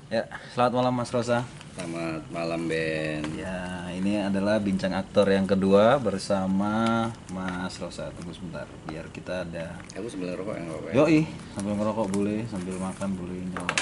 Ya, selamat malam Mas Rosa. Selamat malam Ben. Ya, ini adalah bincang aktor yang kedua bersama Mas Rosa. Tunggu sebentar, biar kita ada. Aku sebenarnya rokok yang apa ya? Yoi, sambil ngerokok boleh, sambil makan boleh, nyala.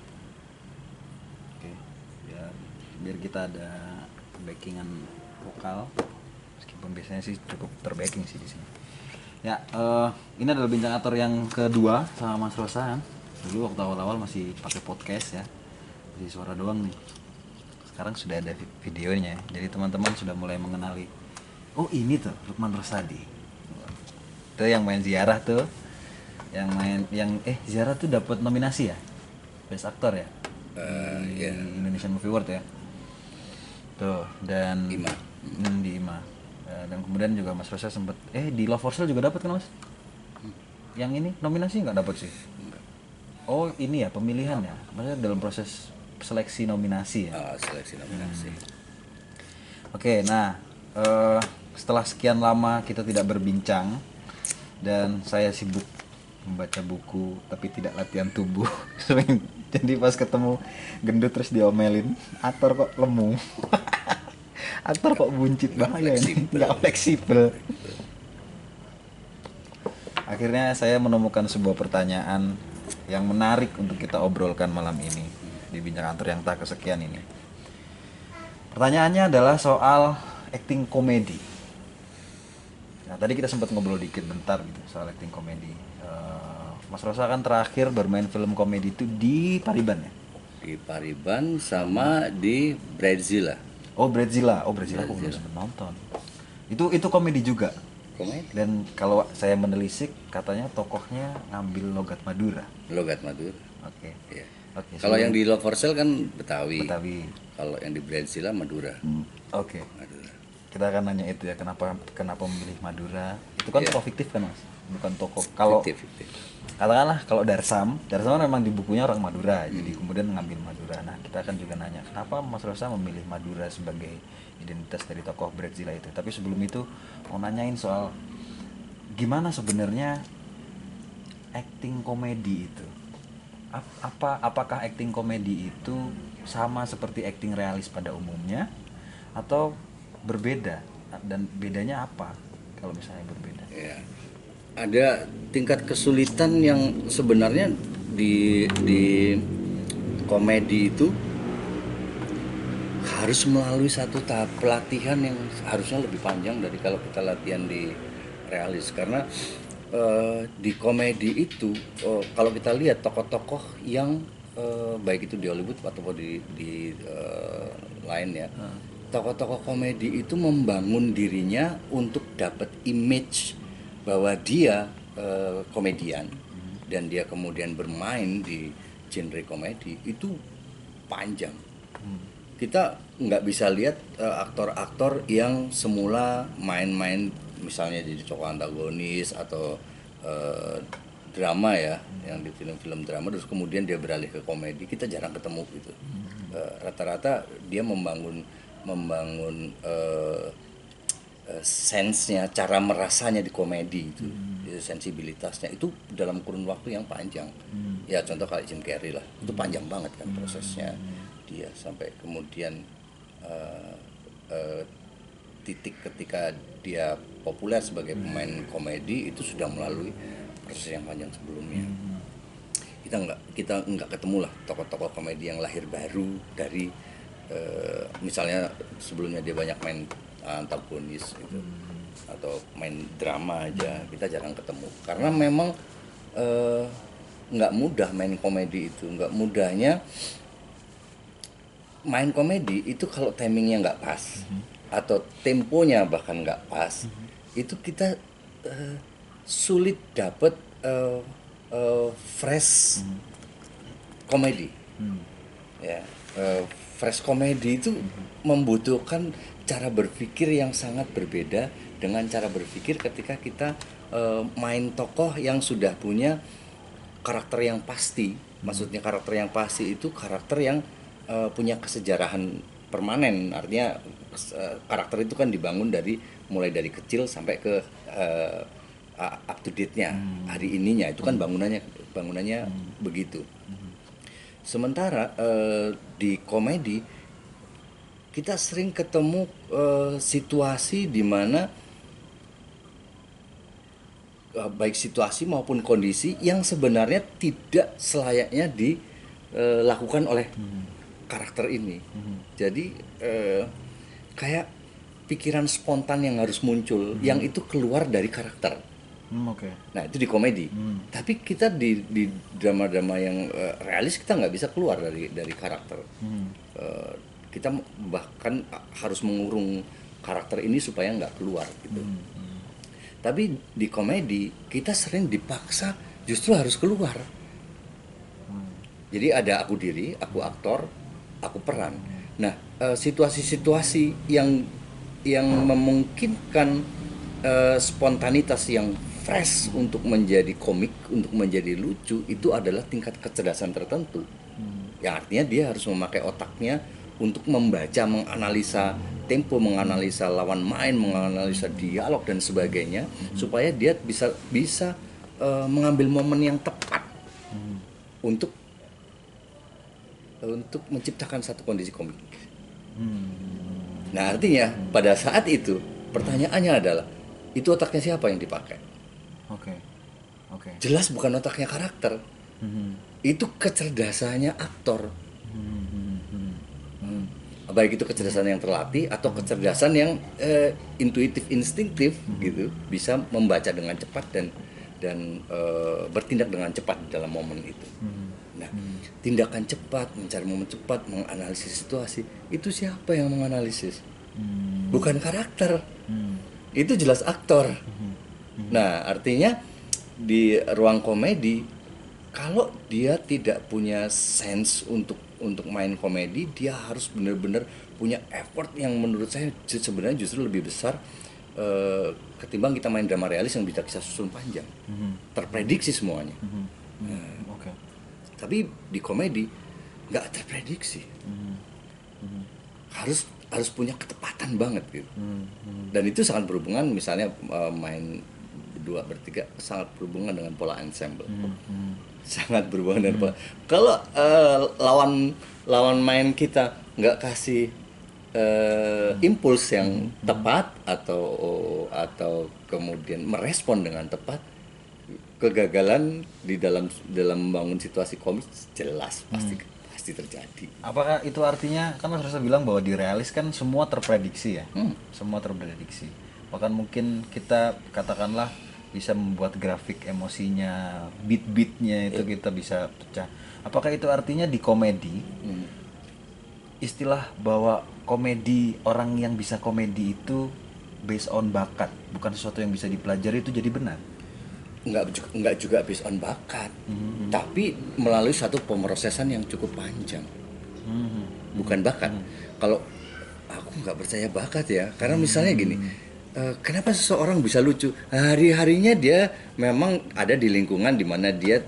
Oke, biar biar kita ada backingan vokal. Meskipun biasanya sih cukup terbacking sih di sini. Ya, ini adalah bincang aktor yang kedua sama Mas Rosa kan. Dulu waktu awal-awal masih pakai podcast ya, jadi suara doang nih. Sekarang sudah ada videonya, jadi teman-teman sudah mulai mengenali. Oh ini tuh Lukman Rosadi, tuh yang main Ziarah tuh, yang main yang Ziarah tuh dapat nominasi ya, Best Actor ya di Ya, Indonesian Movie Award ya. Tuh dan Ima. di IMA. Dan kemudian juga Mas Rosa sempat di Love for Sale juga dapat kan Mas? Yang ini nominasi nggak dapat sih? Oh ini ya pemilihan ya, maksudnya dalam proses seleksi nominasi ya. Seleksi nominasi. Oke, nah eh, setelah sekian lama kita tidak berbincang dan saya sibuk membaca buku tapi tidak latihan tubuh, jadi pas ketemu gendut terus diomelin, aktor kok lemu, aktor kok buncit, Nggak bahaya ini, fleksibel. nggak fleksibel. Akhirnya saya menemukan sebuah pertanyaan yang menarik untuk kita obrolkan malam ini di bincang kantor yang tak kesekian ini. Pertanyaannya adalah soal acting komedi. Nah, tadi kita sempat ngobrol dikit bentar gitu soal acting komedi. Mas Rosa kan terakhir bermain film komedi itu di Pariban ya? Di Pariban sama di Bradzilla. Oh, Bradzilla. Oh, Bradzilla aku belum Bradzilla. sempat nonton. Itu komedi juga. Komedi. Dan kalau saya menelisik katanya tokohnya ngambil logat Madura. Logat Madura. Oke. Ya. Oke, Kalau yang sebelum di Love for Sale kan Betawi. Betawi. Kalau yang di Bradzilla Madura. Oke. Madura. Kita akan nanya itu ya, kenapa kenapa memilih Madura? Itu kan Iya. tokoh fiktif kan, Mas? Bukan tokoh. Kalau Fiktif, fiktif. katakanlah kalau Darsam kan memang di bukunya orang Madura, jadi kemudian ngambil Madura. Nah, kita akan juga nanya, kenapa Mas Rosa memilih Madura sebagai identitas dari tokoh Bradzilla itu. Tapi sebelum itu mau nanyain soal gimana sebenarnya acting komedi itu. Apakah acting komedi itu sama seperti acting realis pada umumnya atau berbeda, dan bedanya apa kalau misalnya berbeda? Ya. Ada tingkat kesulitan yang sebenarnya di komedi itu harus melalui satu tahap pelatihan yang harusnya lebih panjang dari kalau kita latihan di realis, karena di komedi itu kalau kita lihat tokoh-tokoh yang baik itu di Hollywood ataupun di lain ya, tokoh-tokoh komedi itu membangun dirinya untuk dapat image bahwa dia komedian, dan dia kemudian bermain di genre komedi itu panjang. Kita nggak bisa lihat aktor-aktor yang semula main-main misalnya jadi tokoh antagonis atau eh, drama ya, yang di film-film drama terus kemudian dia beralih ke komedi, kita jarang ketemu gitu. Rata-rata dia membangun membangun sense-nya, cara merasanya di komedi itu, sensibilitasnya itu dalam kurun waktu yang panjang. Ya contoh kayak Jim Carrey lah, itu panjang banget kan prosesnya dia sampai kemudian eh, eh, titik ketika dia populer sebagai pemain komedi itu sudah melalui proses yang panjang sebelumnya. Kita nggak ketemu lah tokoh-tokoh komedi yang lahir baru dari misalnya sebelumnya dia banyak main antagonis gitu atau main drama aja, kita jarang ketemu karena memang eh, nggak mudah main komedi itu. Nggak mudahnya main komedi itu kalau timingnya nggak pas atau temponya bahkan nggak pas, itu kita eh, sulit dapet fresh komedi ya. Fresh komedi itu membutuhkan cara berpikir yang sangat berbeda dengan cara berpikir ketika kita main tokoh yang sudah punya karakter yang pasti. Maksudnya karakter yang pasti itu karakter yang punya kesejarahan permanen. Artinya karakter itu kan dibangun dari mulai dari kecil sampai ke up to date-nya hari ininya, itu kan bangunannya begitu. Sementara di komedi kita sering ketemu situasi di mana baik situasi maupun kondisi yang sebenarnya tidak selayaknya dilakukan oleh karakter ini. Jadi kayak pikiran spontan yang harus muncul, yang itu keluar dari karakter. Oke. Nah itu di komedi. Tapi kita di drama-drama yang realis kita nggak bisa keluar dari karakter. Kita bahkan harus mengurung karakter ini supaya nggak keluar gitu. Tapi di komedi kita sering dipaksa justru harus keluar. Jadi ada aku diri, aku aktor, aku peran. Nah situasi-situasi yang memungkinkan spontanitas yang fresh untuk menjadi komik, untuk menjadi lucu, itu adalah tingkat kecerdasan tertentu. Yang artinya dia harus memakai otaknya untuk membaca, menganalisa tempo, menganalisa lawan main, menganalisa dialog dan sebagainya, supaya dia bisa mengambil momen yang tepat untuk menciptakan satu kondisi komik. Nah artinya pada saat itu pertanyaannya adalah, itu otaknya siapa yang dipakai? Oke. Jelas bukan otaknya karakter. Itu kecerdasannya aktor. Baik itu kecerdasan yang terlatih atau kecerdasan yang intuitif, instinktif gitu, bisa membaca dengan cepat dan bertindak dengan cepat dalam momen itu. Nah, tindakan cepat, mencari momen cepat, menganalisis situasi, itu siapa yang menganalisis? Bukan karakter. Itu jelas aktor. Nah, artinya di ruang komedi, kalau dia tidak punya sense untuk main komedi, dia harus benar-benar punya effort yang menurut saya sebenarnya justru lebih besar ketimbang kita main drama realis yang bisa kisah susun panjang, terprediksi semuanya. Oke. Tapi di komedi nggak terprediksi, harus punya ketepatan banget gitu. Dan itu sangat berhubungan, misalnya main berdua bertiga sangat berhubungan dengan pola ensemble. Sangat berhubungan dengan pola. Kalau lawan main kita nggak kasih impuls yang tepat atau kemudian merespon dengan tepat, kegagalan di dalam membangun situasi komik jelas pasti terjadi. Apakah itu artinya, kan Mas Rasa bilang bahwa di realis kan semua terprediksi ya, semua terprediksi. Bahkan mungkin kita katakanlah bisa membuat grafik emosinya, beat-beatnya itu kita bisa pecah. Apakah itu artinya di komedi istilah bahwa komedi, orang yang bisa komedi itu based on bakat, bukan sesuatu yang bisa dipelajari, itu jadi benar? Enggak juga based on bakat, tapi melalui satu pemrosesan yang cukup panjang. Bukan bakat. Kalau aku nggak percaya bakat ya, karena misalnya gini, kenapa seseorang bisa lucu? Hari-harinya dia memang ada di lingkungan di mana dia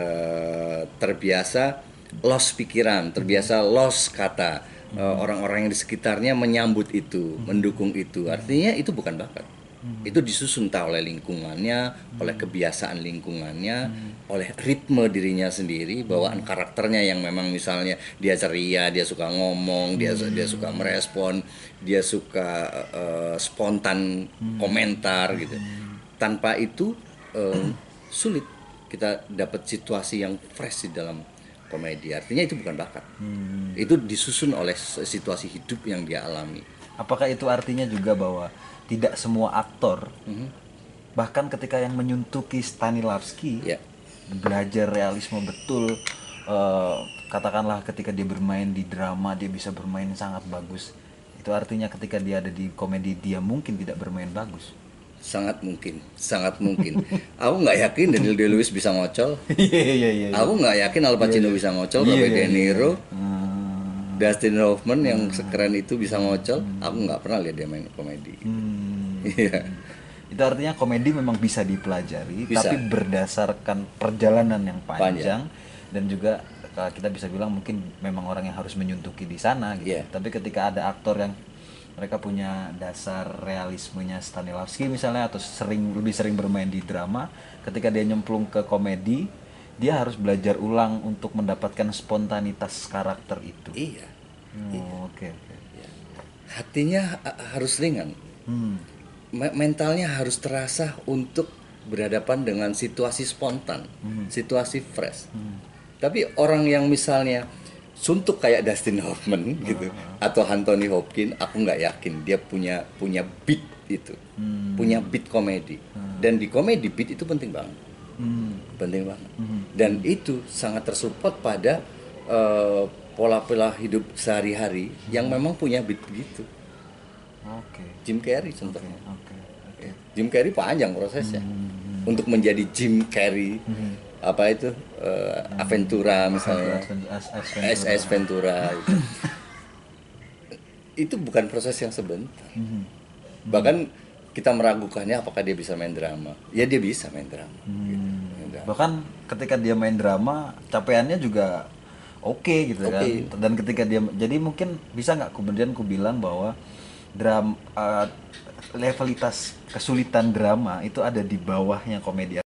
terbiasa lost pikiran, terbiasa lost kata. Orang-orang yang di sekitarnya menyambut itu, mendukung itu. Artinya itu bukan bakat. Itu disusun entah oleh lingkungannya, oleh kebiasaan lingkungannya, oleh ritme dirinya sendiri, bawaan karakternya yang memang misalnya dia ceria, dia suka ngomong, dia suka merespon, dia suka spontan komentar gitu. Tanpa itu sulit kita dapat situasi yang fresh di dalam komedi. Artinya itu bukan bakat. Itu disusun oleh situasi hidup yang dia alami. Apakah itu artinya juga bahwa tidak semua aktor, bahkan ketika yang menyuntuki Stanislavski, belajar realisme betul, katakanlah ketika dia bermain di drama dia bisa bermain sangat bagus, itu artinya ketika dia ada di komedi dia mungkin tidak bermain bagus? Sangat mungkin. Aku nggak yakin Daniel Day-Lewis bisa ngocol. Iya. Aku nggak yakin Al Pacino bisa ngocol, Robert De Niro, Dustin Hoffman yang sekeren itu bisa ngocol. Aku nggak pernah lihat dia main komedi. Iya. Itu artinya komedi memang bisa dipelajari, Bisa. tapi berdasarkan perjalanan yang panjang. Dan juga kita bisa bilang mungkin memang orang yang harus menyuntuki di sana gitu. Tapi ketika ada aktor yang mereka punya dasar realismenya Stanislavski misalnya, atau lebih sering bermain di drama, ketika dia nyemplung ke komedi dia harus belajar ulang untuk mendapatkan spontanitas karakter itu. Iya. Oh, oke oke. Hatinya harus ringan. Hmm. Mentalnya harus terasa untuk berhadapan dengan situasi spontan, situasi fresh. Tapi orang yang misalnya suntuk kayak Dustin Hoffman gitu atau Anthony Hopkins, aku nggak yakin dia punya beat itu, punya beat komedi. Dan di komedi beat itu penting banget, penting banget. Dan itu sangat tersupport pada pola-pola hidup sehari-hari yang memang punya beat begitu. Oke. Jim Carrey contohnya. Oke. Oke. Jim Carrey panjang prosesnya untuk menjadi Jim Carrey. Apa itu Aventura misalnya, SS Ventura itu. Itu bukan proses yang sebentar. Bahkan kita meragukannya apakah dia bisa main drama. Ya dia bisa main drama. Gitu. Main drama. Bahkan ketika dia main drama, capaiannya juga oke gitu kan. Oke. Dan ketika dia, jadi mungkin bisa nggak kemudian ku bilang bahwa levelitas kesulitan drama itu ada di bawahnya komedi